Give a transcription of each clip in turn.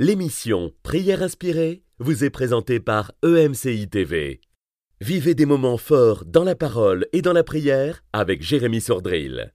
L'émission Prière inspirée vous est présentée par EMCI TV. Vivez des moments forts dans la parole et dans la prière avec Jérémy Sordrill.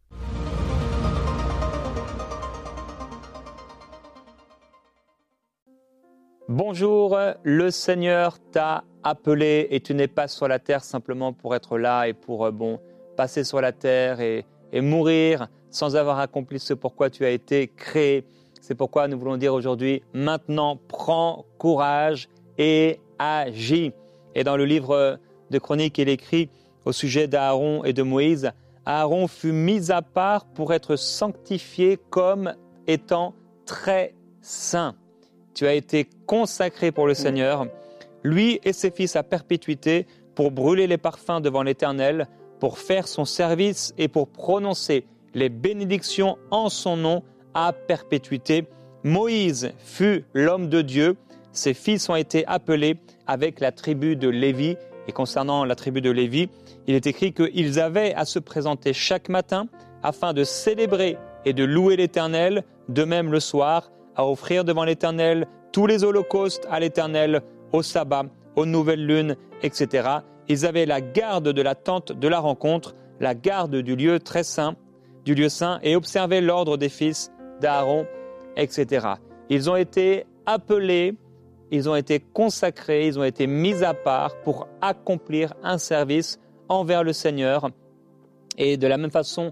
Bonjour, le Seigneur t'a appelé et tu n'es pas sur la terre simplement pour être là et pour passer sur la terre et mourir sans avoir accompli ce pourquoi tu as été créé. C'est pourquoi nous voulons dire aujourd'hui, maintenant, prends courage et agis. Et dans le livre de Chroniques, il écrit au sujet d'Aaron et de Moïse, Aaron fut mis à part pour être sanctifié comme étant très saint. Tu as été consacré pour le Seigneur, lui et ses fils à perpétuité, pour brûler les parfums devant l'Éternel, pour faire son service et pour prononcer les bénédictions en son nom à perpétuité. Moïse fut l'homme de Dieu, ses fils ont été appelés avec la tribu de Lévi. Et concernant la tribu de Lévi, il est écrit qu'ils avaient à se présenter chaque matin afin de célébrer et de louer l'Éternel, de même le soir, à offrir devant l'Éternel tous les holocaustes à l'Éternel, au sabbat, aux nouvelles lunes, etc. Ils avaient la garde de la tente de la rencontre, la garde du lieu très saint, du lieu saint, et observaient l'ordre des fils d'Aaron, etc. Ils ont été appelés, ils ont été consacrés, ils ont été mis à part pour accomplir un service envers le Seigneur. Et de la même façon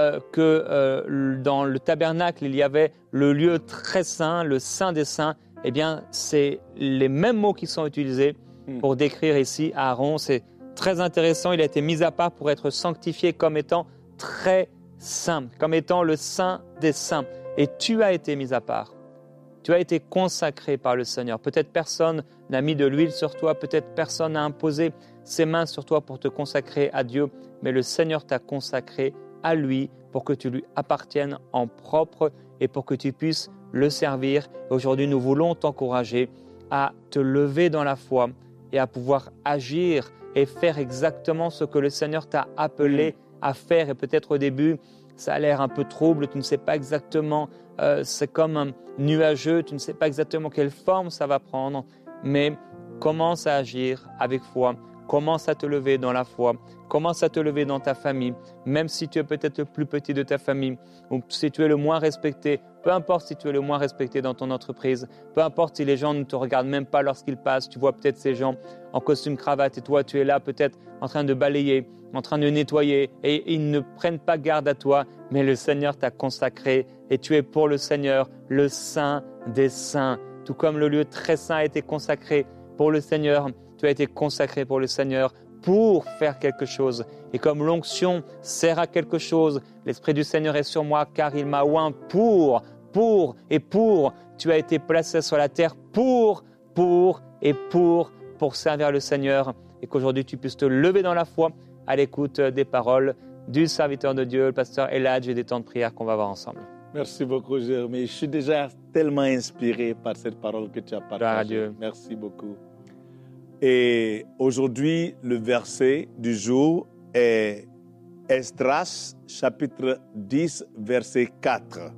que dans le tabernacle, il y avait le lieu très saint, le saint des saints, eh bien, c'est les mêmes mots qui sont utilisés pour décrire ici Aaron. C'est très intéressant, il a été mis à part pour être sanctifié comme étant très saint, comme étant le saint des saints. Et tu as été mis à part. Tu as été consacré par le Seigneur. Peut-être personne n'a mis de l'huile sur toi, peut-être personne n'a imposé ses mains sur toi pour te consacrer à Dieu, mais le Seigneur t'a consacré à lui pour que tu lui apparaisses en propre et pour que tu puisses le servir. Et aujourd'hui, nous voulons t'encourager à te lever dans la foi et à pouvoir agir et faire exactement ce que le Seigneur t'a appelé à faire. Et peut-être au début, ça a l'air un peu trouble, tu ne sais pas exactement, c'est comme un nuageux, tu ne sais pas exactement quelle forme ça va prendre, mais commence à agir avec foi, commence à te lever dans la foi, commence à te lever dans ta famille, même si tu es peut-être le plus petit de ta famille, ou si tu es le moins respecté, peu importe si tu es le moins respecté dans ton entreprise, peu importe si les gens ne te regardent même pas lorsqu'ils passent, tu vois peut-être ces gens en costume cravate et toi tu es là peut-être en train de balayer, en train de nettoyer et ils ne prennent pas garde à toi, mais le Seigneur t'a consacré et tu es pour le Seigneur, le Saint des Saints. Tout comme le lieu très saint a été consacré pour le Seigneur, tu as été consacré pour le Seigneur pour faire quelque chose. Et comme l'onction sert à quelque chose, l'Esprit du Seigneur est sur moi car il m'a oint pour. Tu as été placé sur la terre pour servir le Seigneur. Et qu'aujourd'hui tu puisses te lever dans la foi à l'écoute des paroles du serviteur de Dieu, le pasteur Eladj, et des temps de prière qu'on va avoir ensemble. Merci beaucoup, Jérémy. Je suis déjà tellement inspiré par cette parole que tu as partagée. Gloire à Dieu. Merci beaucoup. Et aujourd'hui, le verset du jour est Esdras, chapitre 10, verset 4.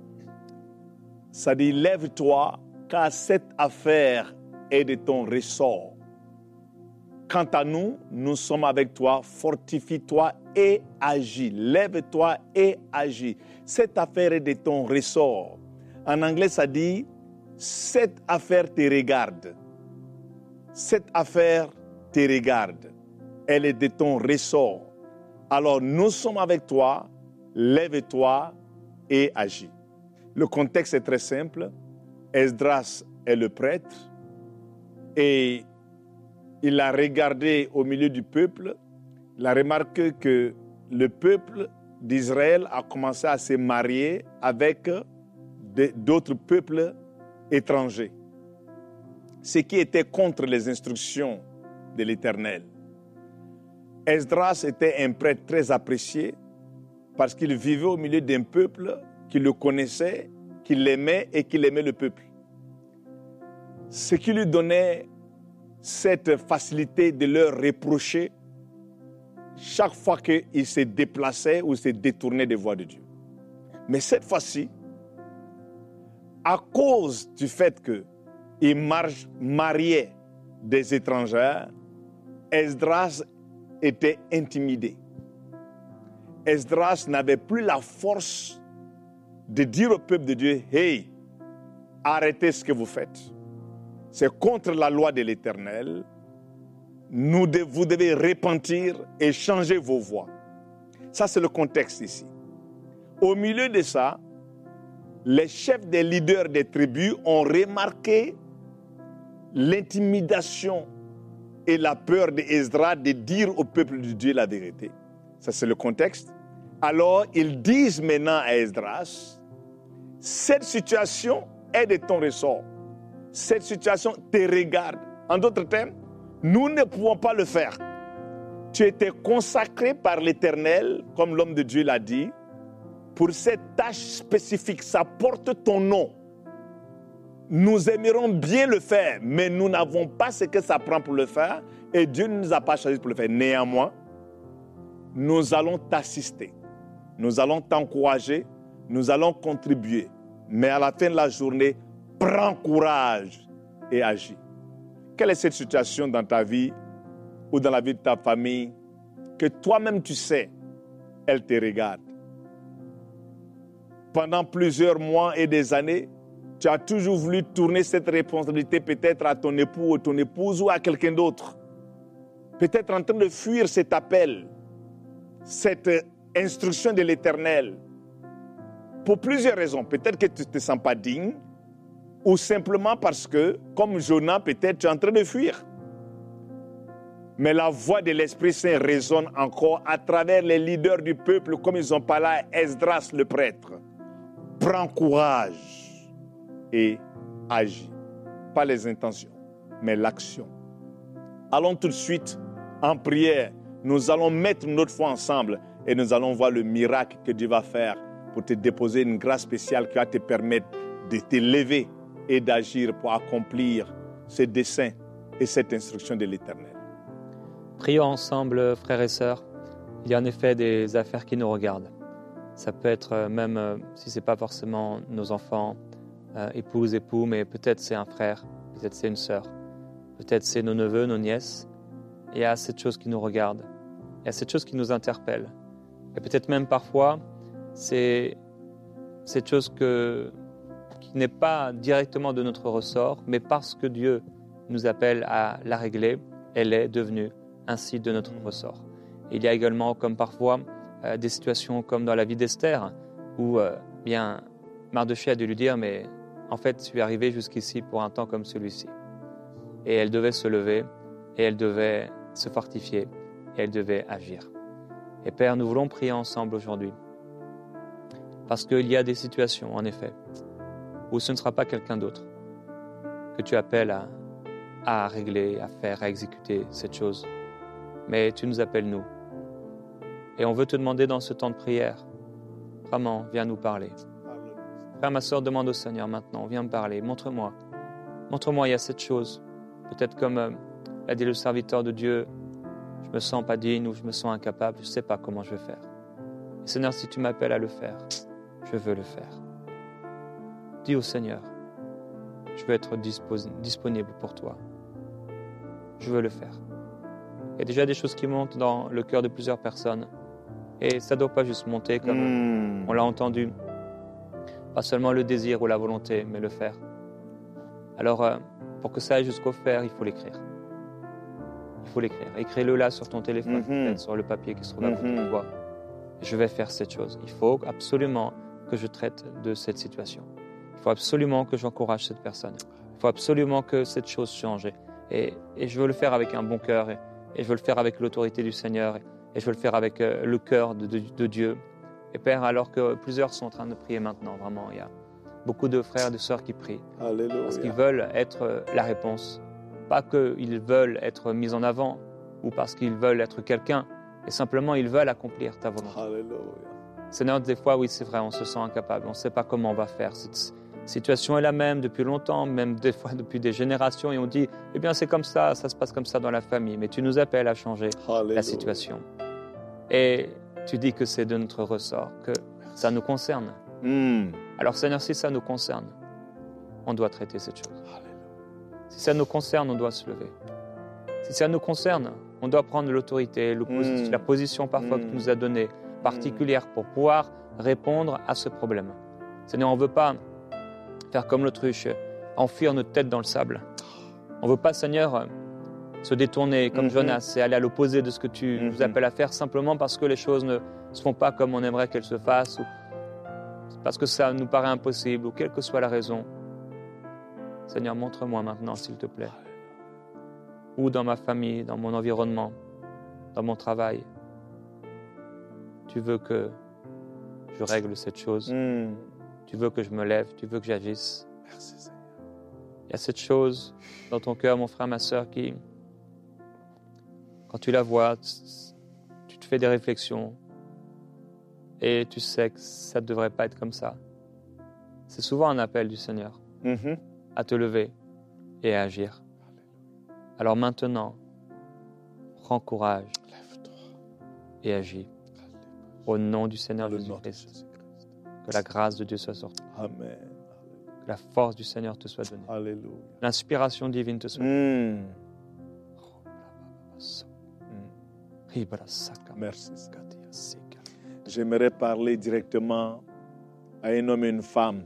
Ça dit, lève-toi, car cette affaire est de ton ressort. Quant à nous, nous sommes avec toi, fortifie-toi et agis. Lève-toi et agis. Cette affaire est de ton ressort. En anglais, ça dit, cette affaire te regarde. Cette affaire te regarde. Elle est de ton ressort. Alors, nous sommes avec toi, lève-toi et agis. Le contexte est très simple. Esdras est le prêtre et il a regardé au milieu du peuple. Il a remarqué que le peuple d'Israël a commencé à se marier avec d'autres peuples étrangers. Ce qui était contre les instructions de l'Éternel. Esdras était un prêtre très apprécié parce qu'il vivait au milieu d'un peuple qui le connaissait, qui l'aimait et qui aimait le peuple. Ce qui lui donnait cette facilité de leur reprocher chaque fois qu'il se déplaçait ou se détournait des voies de Dieu. Mais cette fois-ci, à cause du fait qu'il mariait des étrangères, Esdras était intimidé. Esdras n'avait plus la force de dire au peuple de Dieu, « Hey, arrêtez ce que vous faites. C'est contre la loi de l'Éternel. Vous devez repentir et changer vos voies. » Ça, c'est le contexte ici. Au milieu de ça, les chefs des leaders des tribus ont remarqué l'intimidation et la peur d'Esdras de dire au peuple de Dieu la vérité. Ça, c'est le contexte. Alors, ils disent maintenant à Esdras, cette situation est de ton ressort. Cette situation te regarde. En d'autres termes, nous ne pouvons pas le faire. Tu étais consacré par l'Éternel, comme l'homme de Dieu l'a dit, pour cette tâche spécifique. Ça porte ton nom. Nous aimerions bien le faire, mais nous n'avons pas ce que ça prend pour le faire et Dieu ne nous a pas choisi pour le faire. Néanmoins, nous allons t'assister. Nous allons t'encourager, nous allons contribuer. Mais à la fin de la journée, prends courage et agis. Quelle est cette situation dans ta vie ou dans la vie de ta famille que toi-même tu sais, elle te regarde? Pendant plusieurs mois et des années, tu as toujours voulu tourner cette responsabilité peut-être à ton époux ou ton épouse ou à quelqu'un d'autre. Peut-être en train de fuir cet appel, cette instruction de l'Éternel. Pour plusieurs raisons. Peut-être que tu ne te sens pas digne ou simplement parce que, comme Jonas, peut-être tu es en train de fuir. Mais la voix de l'Esprit Saint résonne encore à travers les leaders du peuple, comme ils ont parlé à Esdras le prêtre. Prends courage et agis. Pas les intentions, mais l'action. Allons tout de suite en prière. Nous allons mettre notre foi ensemble et nous allons voir le miracle que Dieu va faire pour te déposer une grâce spéciale qui va te permettre de te lever et d'agir pour accomplir ce dessein et cette instruction de l'Éternel. Prions ensemble, frères et sœurs. Il y a en effet des affaires qui nous regardent. Ça peut être même, si ce n'est pas forcément nos enfants, épouses, époux, mais peut-être c'est un frère, peut-être c'est une sœur, peut-être c'est nos neveux, nos nièces. Il y a cette chose qui nous regarde, il y a cette chose qui nous interpelle. Et peut-être même parfois, c'est cette chose qui n'est pas directement de notre ressort, mais parce que Dieu nous appelle à la régler, elle est devenue ainsi de notre ressort. Et il y a également, comme parfois, des situations comme dans la vie d'Esther, où bien Mardochée a dû lui dire, mais en fait, tu es arrivé jusqu'ici pour un temps comme celui-ci. Et elle devait se lever, et elle devait se fortifier, et elle devait agir. Et Père, nous voulons prier ensemble aujourd'hui, parce qu'il y a des situations, en effet, où ce ne sera pas quelqu'un d'autre que tu appelles à régler, à faire, à exécuter cette chose. Mais tu nous appelles, nous. Et on veut te demander dans ce temps de prière, vraiment, viens nous parler. Frère, ma soeur, demande au Seigneur maintenant, viens me parler, montre-moi. Montre-moi, il y a cette chose. Peut-être comme l'a dit le serviteur de Dieu, je me sens pas digne ou je me sens incapable, je ne sais pas comment je vais faire. Et Seigneur, si tu m'appelles à le faire, je veux le faire. Dis au Seigneur, je veux être disponible pour toi. Je veux le faire. Il y a déjà des choses qui montent dans le cœur de plusieurs personnes. Et ça ne doit pas juste monter comme on l'a entendu. Pas seulement le désir ou la volonté, mais le faire. Alors, pour que ça aille jusqu'au faire, il faut l'écrire. Il faut l'écrire. Écris-le là sur ton téléphone, peut-être sur le papier qui se trouve à côté de toi. Je vais faire cette chose. Il faut absolument que je traite de cette situation. Il faut absolument que j'encourage cette personne. Il faut absolument que cette chose change. Et je veux le faire avec un bon cœur. Et je veux le faire avec l'autorité du Seigneur. Et je veux le faire avec le cœur de Dieu. Et Père, alors que plusieurs sont en train de prier maintenant, vraiment, il y a beaucoup de frères et de sœurs qui prient. Alléluia. Parce qu'ils veulent être la réponse. Pas qu'ils veulent être mis en avant ou parce qu'ils veulent être quelqu'un, mais simplement ils veulent accomplir ta volonté. Alléluia. Seigneur, des fois, oui, c'est vrai, on se sent incapable, on ne sait pas comment on va faire. Cette situation est la même depuis longtemps, même des fois depuis des générations, et on dit, eh bien c'est comme ça se passe comme ça dans la famille, mais tu nous appelles à changer la situation. Et tu dis que c'est de notre ressort, que ça nous concerne. Alors Seigneur, si ça nous concerne, on doit traiter cette chose. Si ça nous concerne, on doit se lever. Si ça nous concerne, on doit prendre l'autorité, la position parfois que tu nous as donnée, particulière, pour pouvoir répondre à ce problème. Seigneur, on ne veut pas faire comme l'autruche, enfuir notre tête dans le sable. On ne veut pas, Seigneur, se détourner comme Jonas et aller à l'opposé de ce que tu nous appelles à faire simplement parce que les choses ne se font pas comme on aimerait qu'elles se fassent, ou parce que ça nous paraît impossible, ou quelle que soit la raison. Seigneur, montre-moi maintenant, s'il te plaît, ou dans ma famille, dans mon environnement, dans mon travail, tu veux que je règle cette chose. Tu veux que je me lève, tu veux que j'agisse. Merci, Seigneur. Il y a cette chose dans ton cœur, mon frère, ma sœur, qui, quand tu la vois, tu te fais des réflexions et tu sais que ça ne devrait pas être comme ça. C'est souvent un appel du Seigneur à te lever et à agir. Alors maintenant, prends courage et agis. Au nom du Seigneur Jésus-Christ. Que la grâce de Dieu soit sur toi. Amen. Que la force du Seigneur te soit donnée. Alléluia. L'inspiration divine te soit donnée. Merci. J'aimerais parler directement à un homme et une femme.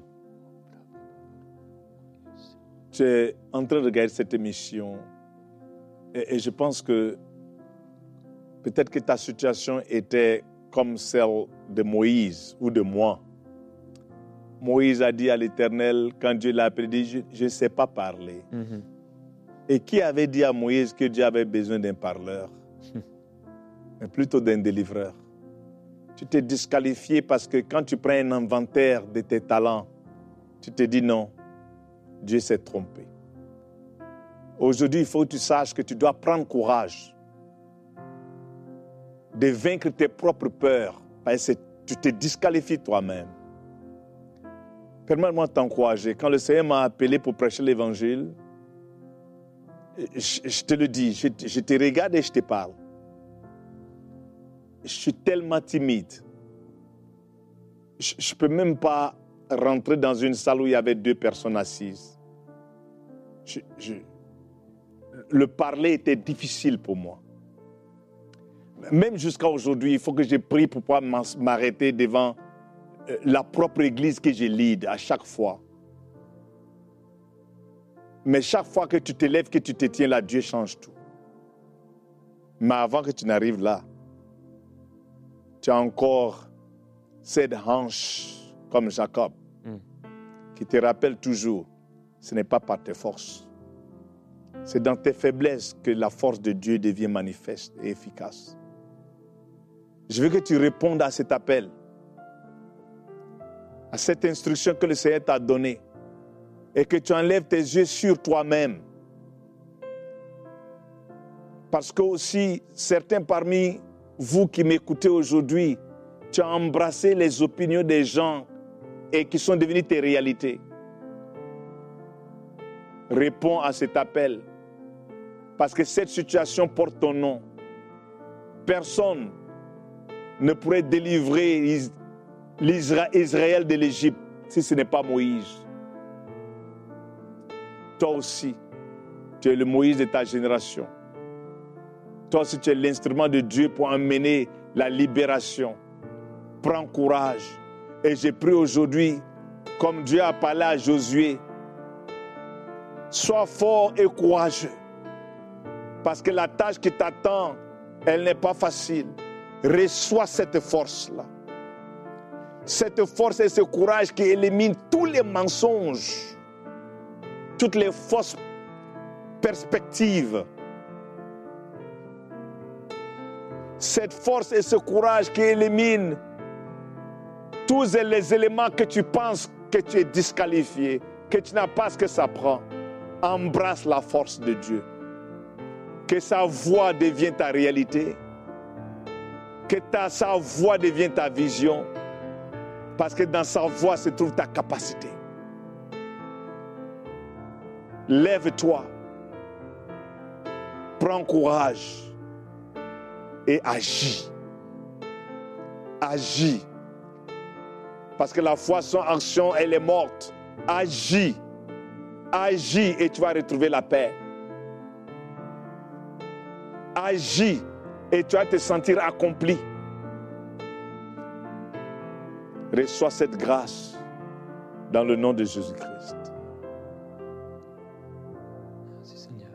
Tu es en train de regarder cette émission et je pense que peut-être que ta situation était comme celle de Moïse ou de moi. Moïse a dit à l'Éternel, quand Dieu l'a appelé, il dit, je ne sais pas parler. Et qui avait dit à Moïse que Dieu avait besoin d'un parleur, mais plutôt d'un délivreur? Tu t'es disqualifié parce que quand tu prends un inventaire de tes talents, tu te dis non, Dieu s'est trompé. Aujourd'hui, il faut que tu saches que tu dois prendre courage de vaincre tes propres peurs, parce que tu te disqualifies toi-même. Permets-moi de t'encourager. Quand le Seigneur m'a appelé pour prêcher l'Évangile, je te le dis, je te regarde et je te parle. Je suis tellement timide. Je ne peux même pas rentrer dans une salle où il y avait 2 personnes assises. Le parler était difficile pour moi. Même jusqu'à aujourd'hui, il faut que je prie pour pouvoir m'arrêter devant la propre église que je lead à chaque fois. Mais chaque fois que tu te lèves, que tu te tiens là, Dieu change tout. Mais avant que tu n'arrives là, tu as encore cette hanche comme Jacob qui te rappelle toujours, ce n'est pas par tes forces. C'est dans tes faiblesses que la force de Dieu devient manifeste et efficace. Je veux que tu répondes à cet appel, à cette instruction que le Seigneur t'a donnée, et que tu enlèves tes yeux sur toi-même. Parce que aussi, certains parmi vous qui m'écoutez aujourd'hui, tu as embrassé les opinions des gens et qui sont devenues tes réalités. Réponds à cet appel, parce que cette situation porte ton nom. Personne ne pourrait délivrer Israël de l'Égypte si ce n'est pas Moïse. Toi aussi, tu es le Moïse de ta génération. Toi aussi, tu es l'instrument de Dieu pour emmener la libération. Prends courage. Et j'ai pris aujourd'hui, comme Dieu a parlé à Josué, sois fort et courageux. Parce que la tâche qui t'attend, elle n'est pas facile. Reçois cette force-là. Cette force et ce courage qui élimine tous les mensonges, toutes les fausses perspectives. Cette force et ce courage qui élimine tous les éléments que tu penses que tu es disqualifié, que tu n'as pas ce que ça prend. Embrasse la force de Dieu. Que sa voix devienne ta réalité. Que sa voix devienne ta vision. Parce que dans sa voix se trouve ta capacité. Lève-toi. Prends courage. Et agis. Agis. Parce que la foi sans action, elle est morte. Agis. Agis et tu vas retrouver la paix. Agis et tu vas te sentir accompli. Reçois cette grâce dans le nom de Jésus-Christ. Merci Seigneur.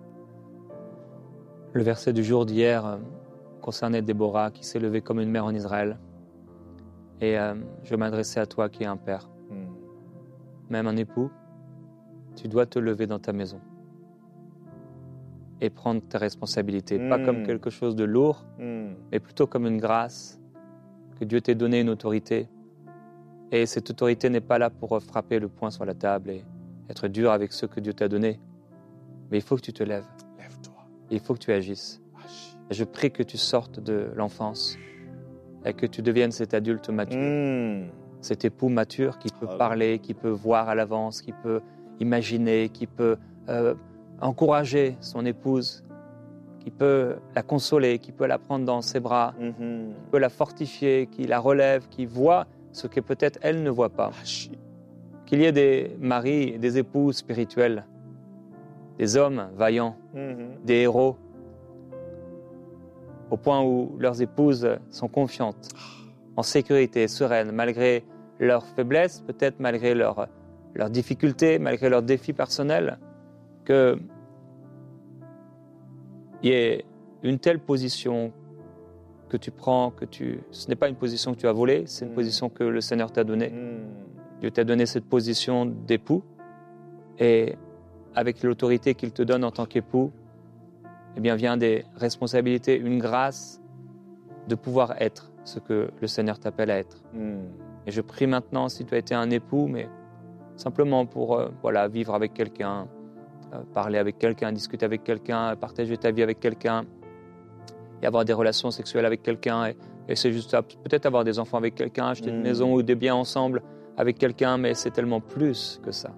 Le verset du jour d'hier concernait Déborah qui s'est levée comme une mère en Israël. Et je vais m'adresser à toi qui es un père. Même un époux, tu dois te lever dans ta maison et prendre tes responsabilités, pas comme quelque chose de lourd, mais plutôt comme une grâce, que Dieu t'ait donné une autorité. Et cette autorité n'est pas là pour frapper le poing sur la table et être dur avec ceux que Dieu t'a donnés. Mais il faut que tu te lèves. Lève-toi. Il faut que tu agisses. Agis. Et je prie que tu sortes de l'enfance et que tu deviennes cet adulte mature. Cet époux mature qui peut parler, qui peut voir à l'avance, qui peut imaginer, qui peut encourager son épouse, qui peut la consoler, qui peut la prendre dans ses bras, qui peut la fortifier, qui la relève, qui voit ce que peut-être elle ne voit pas. Qu'il y ait des maris, des époux spirituels, des hommes vaillants, des héros, au point où leurs épouses sont confiantes, en sécurité, sereines, malgré leurs faiblesses, peut-être malgré leurs difficultés, malgré leurs défis personnels, qu'il y ait une telle position que tu prends, ce n'est pas une position que tu as volée, c'est une position que le Seigneur t'a donnée. Dieu t'a donné cette position d'époux, et avec l'autorité qu'il te donne en tant qu'époux, eh bien vient des responsabilités, une grâce de pouvoir être ce que le Seigneur t'appelle à être. Et je prie maintenant, si tu as été un époux, mais simplement pour vivre avec quelqu'un, parler avec quelqu'un, discuter avec quelqu'un, partager ta vie avec quelqu'un, et avoir des relations sexuelles avec quelqu'un, et c'est juste ça, peut-être avoir des enfants avec quelqu'un, acheter une maison ou des biens ensemble avec quelqu'un, mais c'est tellement plus que ça.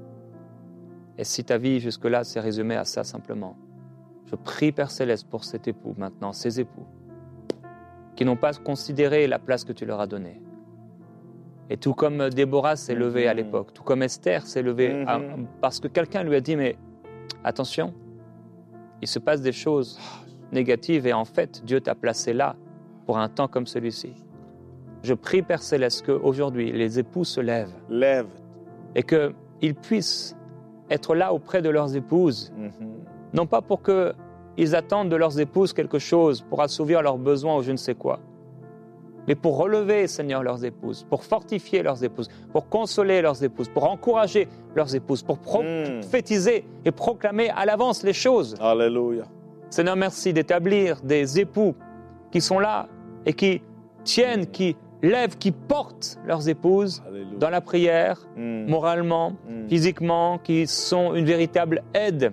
Et si ta vie jusque-là s'est résumée à ça simplement, je prie Père Céleste pour cet époux maintenant, ces époux, qui n'ont pas considéré la place que tu leur as donnée. Et tout comme Déborah s'est levée à l'époque, tout comme Esther s'est levée, parce que quelqu'un lui a dit, mais attention, il se passe des choses négatives et en fait, Dieu t'a placé là pour un temps comme celui-ci. Je prie Père Céleste qu'aujourd'hui, les époux se lèvent. Lève. Et qu'ils puissent être là auprès de leurs épouses, non pas pour qu'ils attendent de leurs épouses quelque chose, pour assouvir leurs besoins ou je ne sais quoi, mais pour relever, Seigneur, leurs épouses, pour fortifier leurs épouses, pour consoler leurs épouses, pour encourager leurs épouses, pour prophétiser et proclamer à l'avance les choses. Alléluia. Seigneur, merci d'établir des époux qui sont là et qui tiennent, qui lèvent, qui portent leurs épouses dans la prière, moralement, physiquement, qui sont une véritable aide.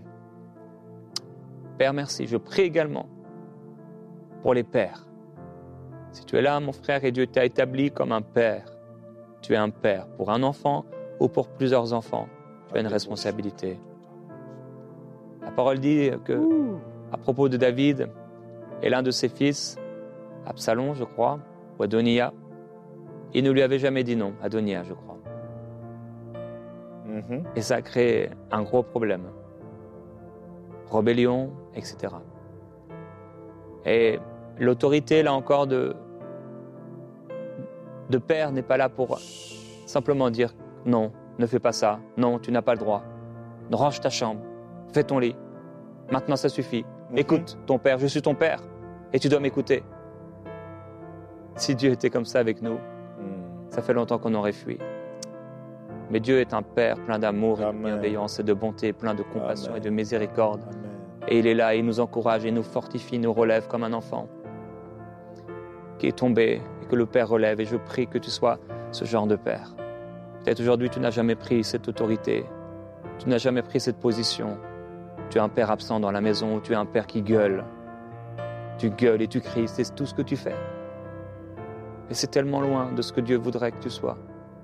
Père, merci. Je prie également pour les pères. Si tu es là, mon frère, et Dieu t'a établi comme un père, tu es un père pour un enfant ou pour plusieurs enfants, tu as une responsabilité. La parole dit que, à propos de David et l'un de ses fils, Absalom, je crois, ou Adonia, il ne lui avait jamais dit non, Adonia, je crois. Et ça a créé un gros problème. Rébellion, etc. Et l'autorité, là encore, de père n'est pas là pour simplement dire non, ne fais pas ça, non, tu n'as pas le droit. Range ta chambre, fais ton lit. Maintenant, ça suffit. Écoute ton père, je suis ton père et tu dois m'écouter. Si Dieu était comme ça avec nous, ça fait longtemps qu'on aurait fui. Mais Dieu est un père plein d'amour et de bienveillance et de bonté, plein de compassion et de miséricorde. Et il est là, il nous encourage, il nous fortifie, nous relève comme un enfant qui est tombé et que le Père relève. Et je prie que tu sois ce genre de Père. Peut-être aujourd'hui, tu n'as jamais pris cette autorité. Tu n'as jamais pris cette position. Tu es un Père absent dans la maison, ou tu es un Père qui gueule. Tu gueules et tu cries, c'est tout ce que tu fais. Et c'est tellement loin de ce que Dieu voudrait que tu sois.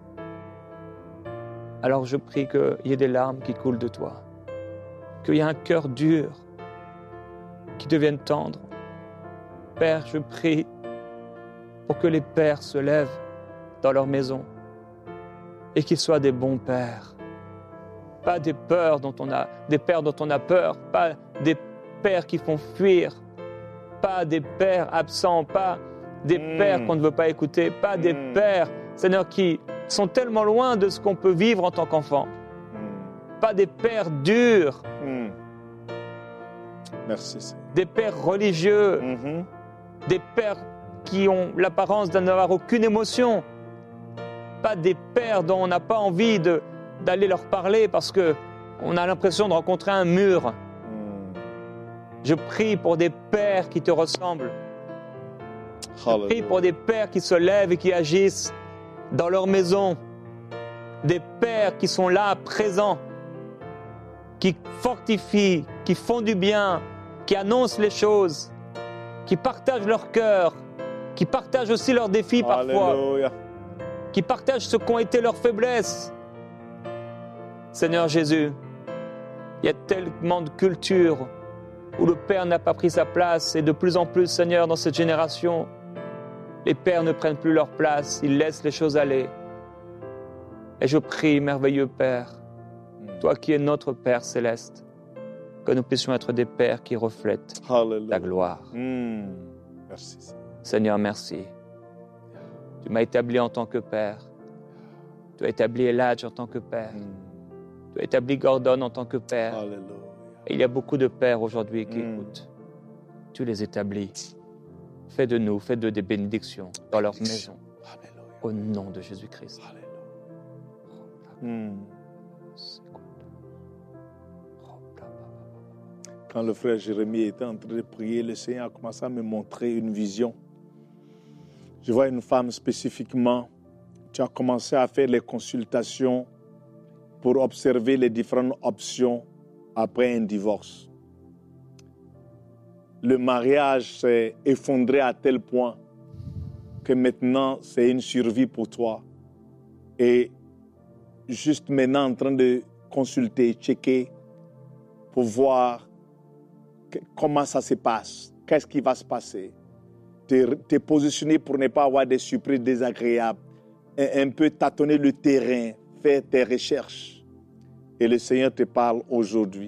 Alors je prie qu'il y ait des larmes qui coulent de toi, qu'il y ait un cœur dur qui devienne tendre. Père, je prie pour que les pères se lèvent dans leur maison et qu'ils soient des bons pères, pas des peurs dont on a, des pères dont on a peur, pas des pères qui font fuir, pas des pères absents, pas des pères qu'on ne veut pas écouter, pas des pères, Seigneur, qui sont tellement loin de ce qu'on peut vivre en tant qu'enfant. Pas des pères durs, Merci, Seigneur. des pères religieux, des pères qui ont l'apparence de n'avoir aucune émotion, pas des pères dont on n'a pas envie d'aller leur parler parce qu'on a l'impression de rencontrer un mur. Je prie pour des pères qui te ressemblent. Je prie pour des pères qui se lèvent et qui agissent dans leur maison. Des pères qui sont là, présents, qui fortifient, qui font du bien, qui annoncent les choses, qui partagent leur cœur, qui partagent aussi leurs défis parfois, qui partagent ce qu'ont été leurs faiblesses. Seigneur Jésus, il y a tellement de cultures où le Père n'a pas pris sa place et de plus en plus, Seigneur, dans cette génération, les pères ne prennent plus leur place, ils laissent les choses aller. Et je prie, merveilleux Père, toi qui es notre Père céleste, que nous puissions être des pères qui reflètent ta gloire. Merci, Seigneur. Seigneur, merci. Tu m'as établi en tant que Père. Tu as établi Elijah en tant que Père. Tu as établi Gordon en tant que Père. Alléluia. Et il y a beaucoup de pères aujourd'hui qui écoutent. Tu les établis. Fais de nous, fais d'eux des bénédictions dans leur maison. Alléluia. Au nom de Jésus-Christ. Alléluia. Quand le frère Jérémie était en train de prier, le Seigneur a commencé à me montrer une vision. Je vois une femme spécifiquement. Tu as commencé à faire les consultations pour observer les différentes options après un divorce. Le mariage s'est effondré à tel point que maintenant, c'est une survie pour toi. Et juste maintenant, en train de consulter, checker pour voir comment ça se passe, qu'est-ce qui va se passer. T'es positionné pour ne pas avoir des surprises désagréables, un peu tâtonner le terrain, faire tes recherches. Et le Seigneur te parle aujourd'hui.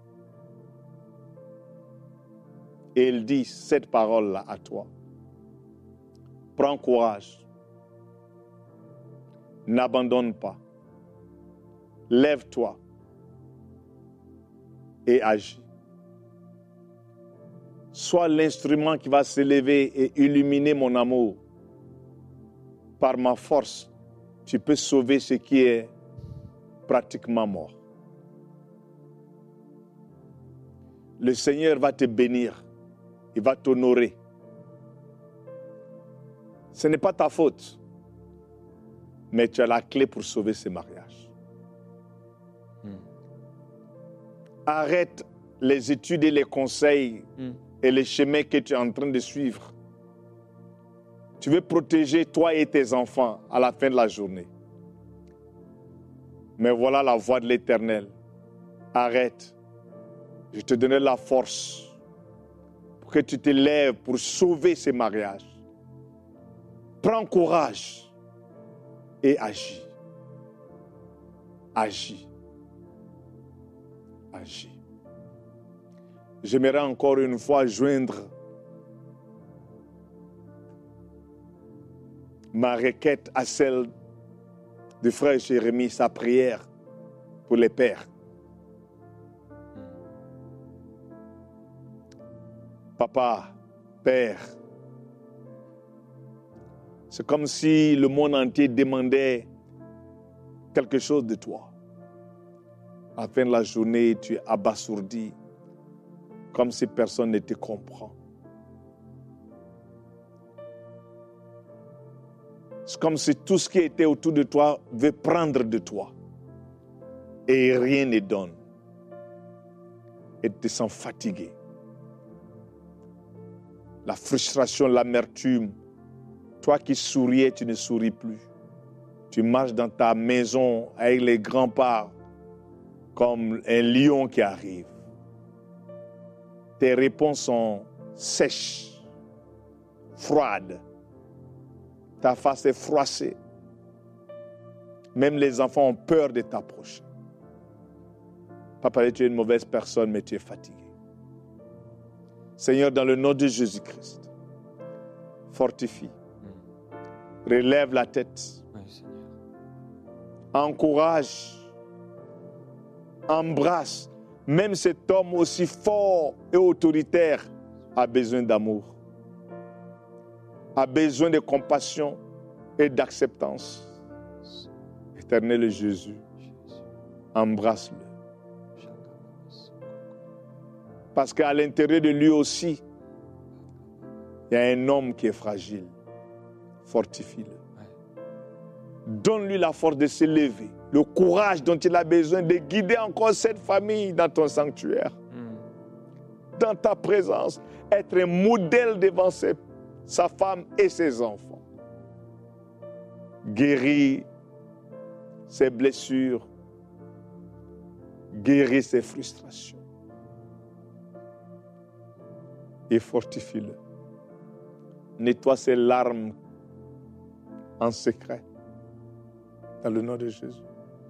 Et il dit cette parole-là à toi. Prends courage. N'abandonne pas. Lève-toi et agis. Sois l'instrument qui va s'élever et illuminer mon amour. Par ma force, tu peux sauver ce qui est pratiquement mort. Le Seigneur va te bénir. Il va t'honorer. Ce n'est pas ta faute, mais tu as la clé pour sauver ce mariage. Arrête les études et les conseils et les chemins que tu es en train de suivre. Tu veux protéger toi et tes enfants à la fin de la journée. Mais voilà la voix de l'Éternel. Arrête. Je te donnerai la force pour que tu te lèves pour sauver ce mariage. Prends courage et agis. Agis. Agis. J'aimerais encore une fois joindre ma requête à celle du frère Jérémie, sa prière pour les pères. Papa, Père, c'est comme si le monde entier demandait quelque chose de toi. À la fin de la journée, tu es abasourdi, comme si personne ne te comprend. C'est comme si tout ce qui était autour de toi veut prendre de toi et rien ne donne. Et tu te sens fatigué. La frustration, l'amertume. Toi qui souriais, tu ne souris plus. Tu marches dans ta maison avec les grands pas comme un lion qui arrive. Tes réponses sont sèches, froides. Ta face est froissée. Même les enfants ont peur de t'approcher. Papa, tu es une mauvaise personne, mais tu es fatigué. Seigneur, dans le nom de Jésus-Christ, fortifie. Relève la tête. Oui, Seigneur. Encourage. Embrasse. Même cet homme aussi fort et autoritaire a besoin d'amour. A besoin de compassion et d'acceptance. Éternel Jésus, embrasse-le. Parce qu'à l'intérieur de lui aussi, il y a un homme qui est fragile. Fortifie-le. Donne-lui la force de s'élever, le courage dont il a besoin de guider encore cette famille dans ton sanctuaire. Dans ta présence, être un modèle devant sa femme et ses enfants. Guéris ses blessures, guéris ses frustrations et fortifie-le. Nettoie ses larmes en secret. Dans le nom de Jésus.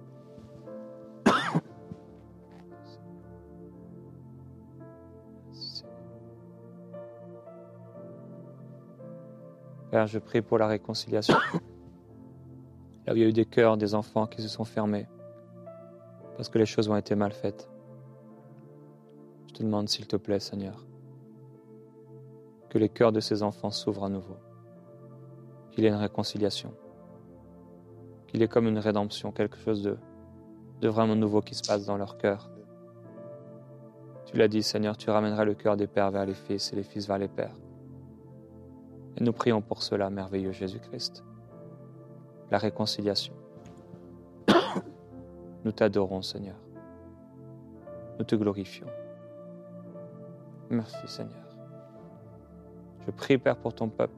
Père, je prie pour la réconciliation. Là où il y a eu des cœurs, des enfants qui se sont fermés parce que les choses ont été mal faites. Je te demande, s'il te plaît, Seigneur, que les cœurs de ces enfants s'ouvrent à nouveau, qu'il y ait une réconciliation, qu'il y ait comme une rédemption, quelque chose de vraiment nouveau qui se passe dans leur cœur. Tu l'as dit, Seigneur, tu ramèneras le cœur des pères vers les fils et les fils vers les pères. Et nous prions pour cela, merveilleux Jésus-Christ. La réconciliation. Nous t'adorons, Seigneur. Nous te glorifions. Merci, Seigneur. Je prie, Père, pour ton peuple.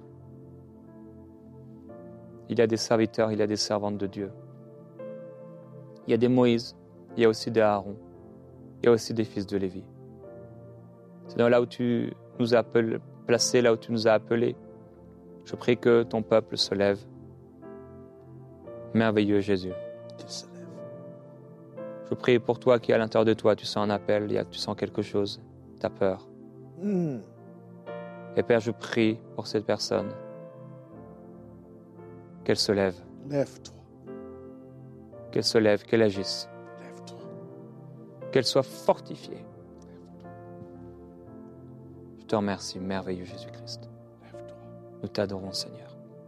Il y a des serviteurs, il y a des servantes de Dieu. Il y a des Moïse, il y a aussi des Aaron, il y a aussi des fils de Lévi. C'est dans là où tu nous as placés, là où tu nous as appelés. Je prie que ton peuple se lève. Merveilleux Jésus. Qu'il se lève. Je prie pour toi qui, à l'intérieur de toi, tu sens un appel, tu sens quelque chose, tu as peur. Et Père, je prie pour cette personne. Qu'elle se lève. Lève-toi. Qu'elle se lève, qu'elle agisse. Lève-toi. Qu'elle soit fortifiée. Je te remercie, merveilleux Jésus-Christ. Lève-toi. Nous t'adorons, Seigneur.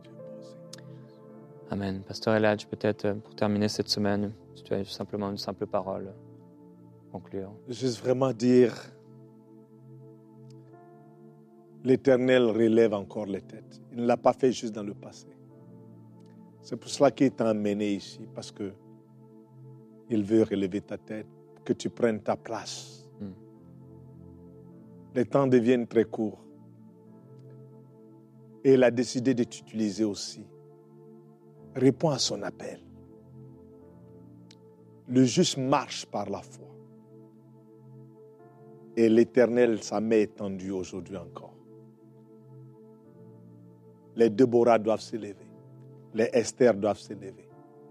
Amen. Pasteur Eladj, peut-être pour terminer cette semaine, si tu as simplement une simple parole, conclure. Juste vraiment dire, l'Éternel relève encore les têtes. Il ne l'a pas fait juste dans le passé. C'est pour cela qu'il t'a emmené ici, parce que il veut relever ta tête, que tu prennes ta place. Les temps deviennent très courts. Et il a décidé de t'utiliser aussi. Réponds à son appel. Le juste marche par la foi. Et l'Éternel, sa main est tendue aujourd'hui encore. Les Déborah doivent s'élever. Les Esther doivent s'élever.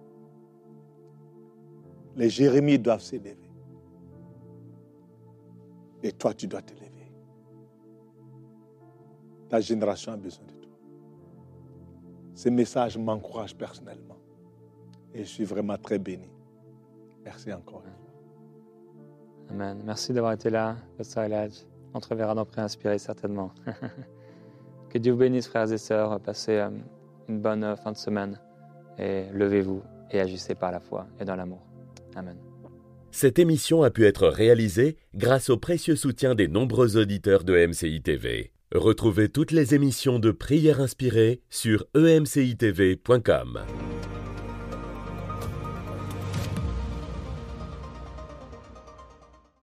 Les Jérémie doivent s'élever. Et toi, tu dois t'élever. Ta génération a besoin de toi. Ces messages m'encouragent personnellement. Et je suis vraiment très béni. Merci encore. Amen. Merci d'avoir été là, Pasteur Eladj. On te reverra dans Pré-Inspiré, certainement. Que Dieu vous bénisse, frères et sœurs. Passez une bonne fin de semaine. Et levez-vous et agissez par la foi et dans l'amour. Amen. Cette émission a pu être réalisée grâce au précieux soutien des nombreux auditeurs de MCI TV. Retrouvez toutes les émissions de Prières inspirées sur emcitv.com.